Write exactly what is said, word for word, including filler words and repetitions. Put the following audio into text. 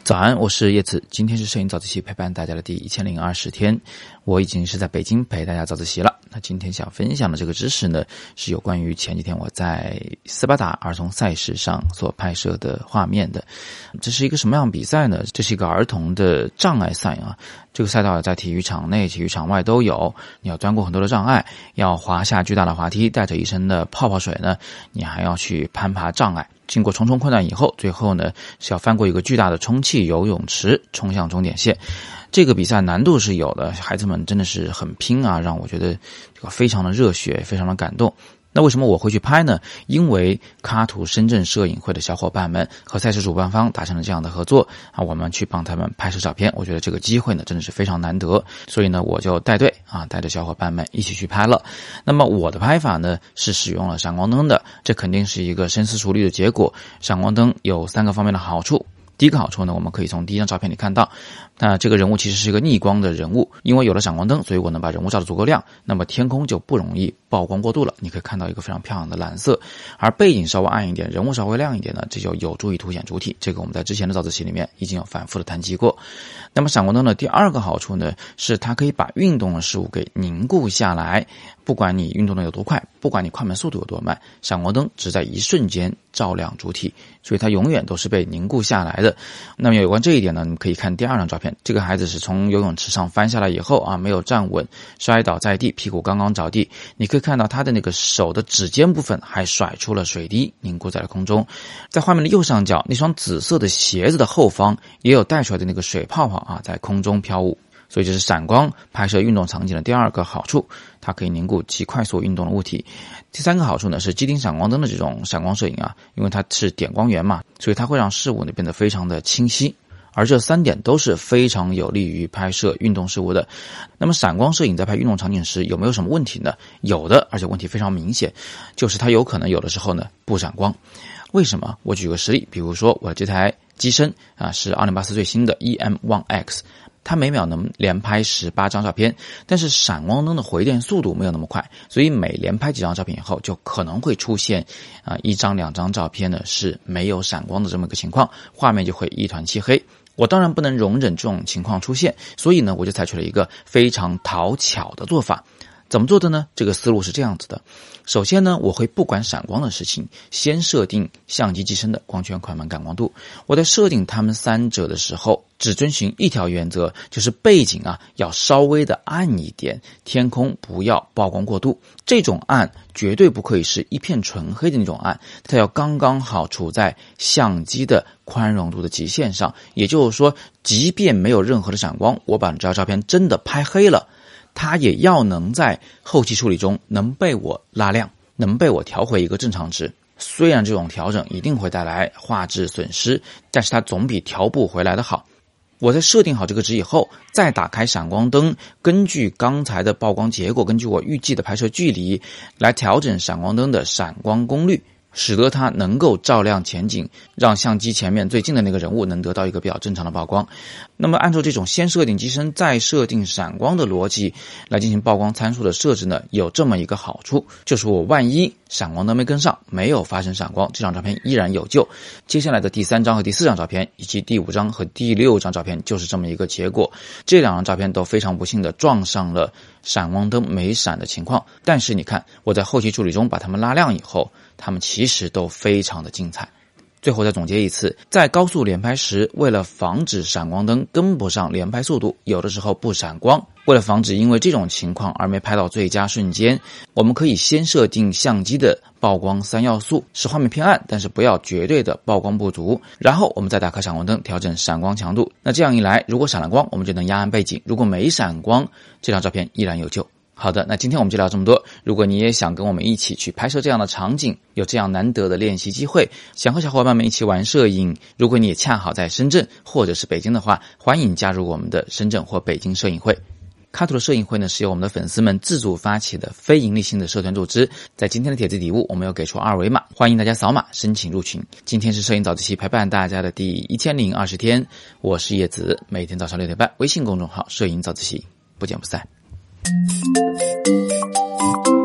早安，我是叶子，今天是摄影早自习陪伴大家的第一千零二十天，我已经是在北京陪大家早自习了。那今天想分享的这个知识呢，是有关于前几天我在斯巴达儿童赛事上所拍摄的画面的。这是一个什么样的比赛呢？这是一个儿童的障碍赛啊。这个赛道在体育场内、体育场外都有，你要钻过很多的障碍，要滑下巨大的滑梯，带着一身的泡泡水呢，你还要去攀爬障碍。经过重重困难以后，最后呢是要翻过一个巨大的充气游泳池，冲向终点线。这个比赛难度是有的，孩子们真的是很拼啊，让我觉得这个非常的热血，非常的感动。那为什么我会去拍呢？因为喀图深圳摄影会的小伙伴们和赛事主办方达成了这样的合作啊，我们去帮他们拍摄照片，我觉得这个机会呢真的是非常难得，所以呢我就带队啊，带着小伙伴们一起去拍了。那么我的拍法呢是使用了闪光灯的，这肯定是一个深思熟虑的结果。闪光灯有三个方面的好处。第一个好处呢，我们可以从第一张照片里看到，那这个人物其实是一个逆光的人物，因为有了闪光灯，所以我能把人物照得足够亮，那么天空就不容易曝光过度了，你可以看到一个非常漂亮的蓝色。而背景稍微暗一点，人物稍微亮一点呢，这就有助于凸显主体，这个我们在之前的早自习里面已经有反复的谈及过。那么闪光灯的第二个好处呢，是它可以把运动的事物给凝固下来，不管你运动的有多快，不管你快门速度有多慢，闪光灯只在一瞬间照亮主体，所以它永远都是被凝固下来的。那么有关这一点呢，你可以看第二张照片，这个孩子是从游泳池上翻下来以后啊，没有站稳，摔倒在地，屁股刚刚着地，你可以看到他的那个手的指尖部分还甩出了水滴，凝固在了空中。在画面的右上角，那双紫色的鞋子的后方也有带出来的那个水泡泡啊，在空中飘舞。所以这是闪光拍摄运动场景的第二个好处，它可以凝固极快速运动的物体。第三个好处呢，是机顶闪光灯的这种闪光摄影啊，因为它是点光源嘛，所以它会让事物呢变得非常的清晰。而这三点都是非常有利于拍摄运动事物的。那么闪光摄影在拍运动场景时有没有什么问题呢？有的，而且问题非常明显，就是它有可能有的时候呢不闪光。为什么？我举个实例，比如说我这台机身啊是二零八四最新的 E M 一 X，它每秒能连拍十八张照片，但是闪光灯的回电速度没有那么快，所以每连拍几张照片以后，就可能会出现啊、呃、一张两张照片呢是没有闪光的这么一个情况，画面就会一团漆黑。我当然不能容忍这种情况出现，所以呢，我就采取了一个非常讨巧的做法。怎么做的呢？这个思路是这样子的。首先呢，我会不管闪光的事情，先设定相机机身的光圈、快门、感光度。我在设定它们三者的时候，只遵循一条原则，就是背景啊要稍微的暗一点，天空不要曝光过度。这种暗绝对不可以是一片纯黑的那种暗，它要刚刚好处在相机的宽容度的极限上。也就是说，即便没有任何的闪光，我把这张照片真的拍黑了，它也要能在后期处理中能被我拉亮，能被我调回一个正常值。虽然这种调整一定会带来画质损失，但是它总比调不回来的好。我在设定好这个值以后，再打开闪光灯，根据刚才的曝光结果，根据我预计的拍摄距离来调整闪光灯的闪光功率，使得它能够照亮前景，让相机前面最近的那个人物能得到一个比较正常的曝光。那么按照这种先设定机身再设定闪光的逻辑来进行曝光参数的设置呢，有这么一个好处，就是我万一闪光灯没跟上，没有发生闪光，这张照片依然有救。接下来的第三张和第四张照片以及第五张和第六张照片就是这么一个结果。这两张照片都非常不幸的撞上了闪光灯没闪的情况，但是你看我在后期处理中把它们拉亮以后，它们其实都非常的精彩。最后再总结一次，在高速连拍时，为了防止闪光灯跟不上连拍速度，有的时候不闪光，为了防止因为这种情况而没拍到最佳瞬间，我们可以先设定相机的曝光三要素，使画面偏暗，但是不要绝对的曝光不足，然后我们再打开闪光灯调整闪光强度。那这样一来，如果闪了光，我们就能压暗背景，如果没闪光，这张照片依然有救。好的，那今天我们就聊这么多。如果你也想跟我们一起去拍摄这样的场景，有这样难得的练习机会，想和小伙伴们一起玩摄影，如果你也恰好在深圳或者是北京的话，欢迎加入我们的深圳或北京摄影会。喀图的摄影会呢，是由我们的粉丝们自主发起的非盈利性的社团组织。在今天的帖子底部，我们有给出二维码，欢迎大家扫码申请入群。今天是摄影早自习陪伴大家的第一千零二十天，我是叶子，每天早上六点半，微信公众号摄影早自习，不见不散。Thank you.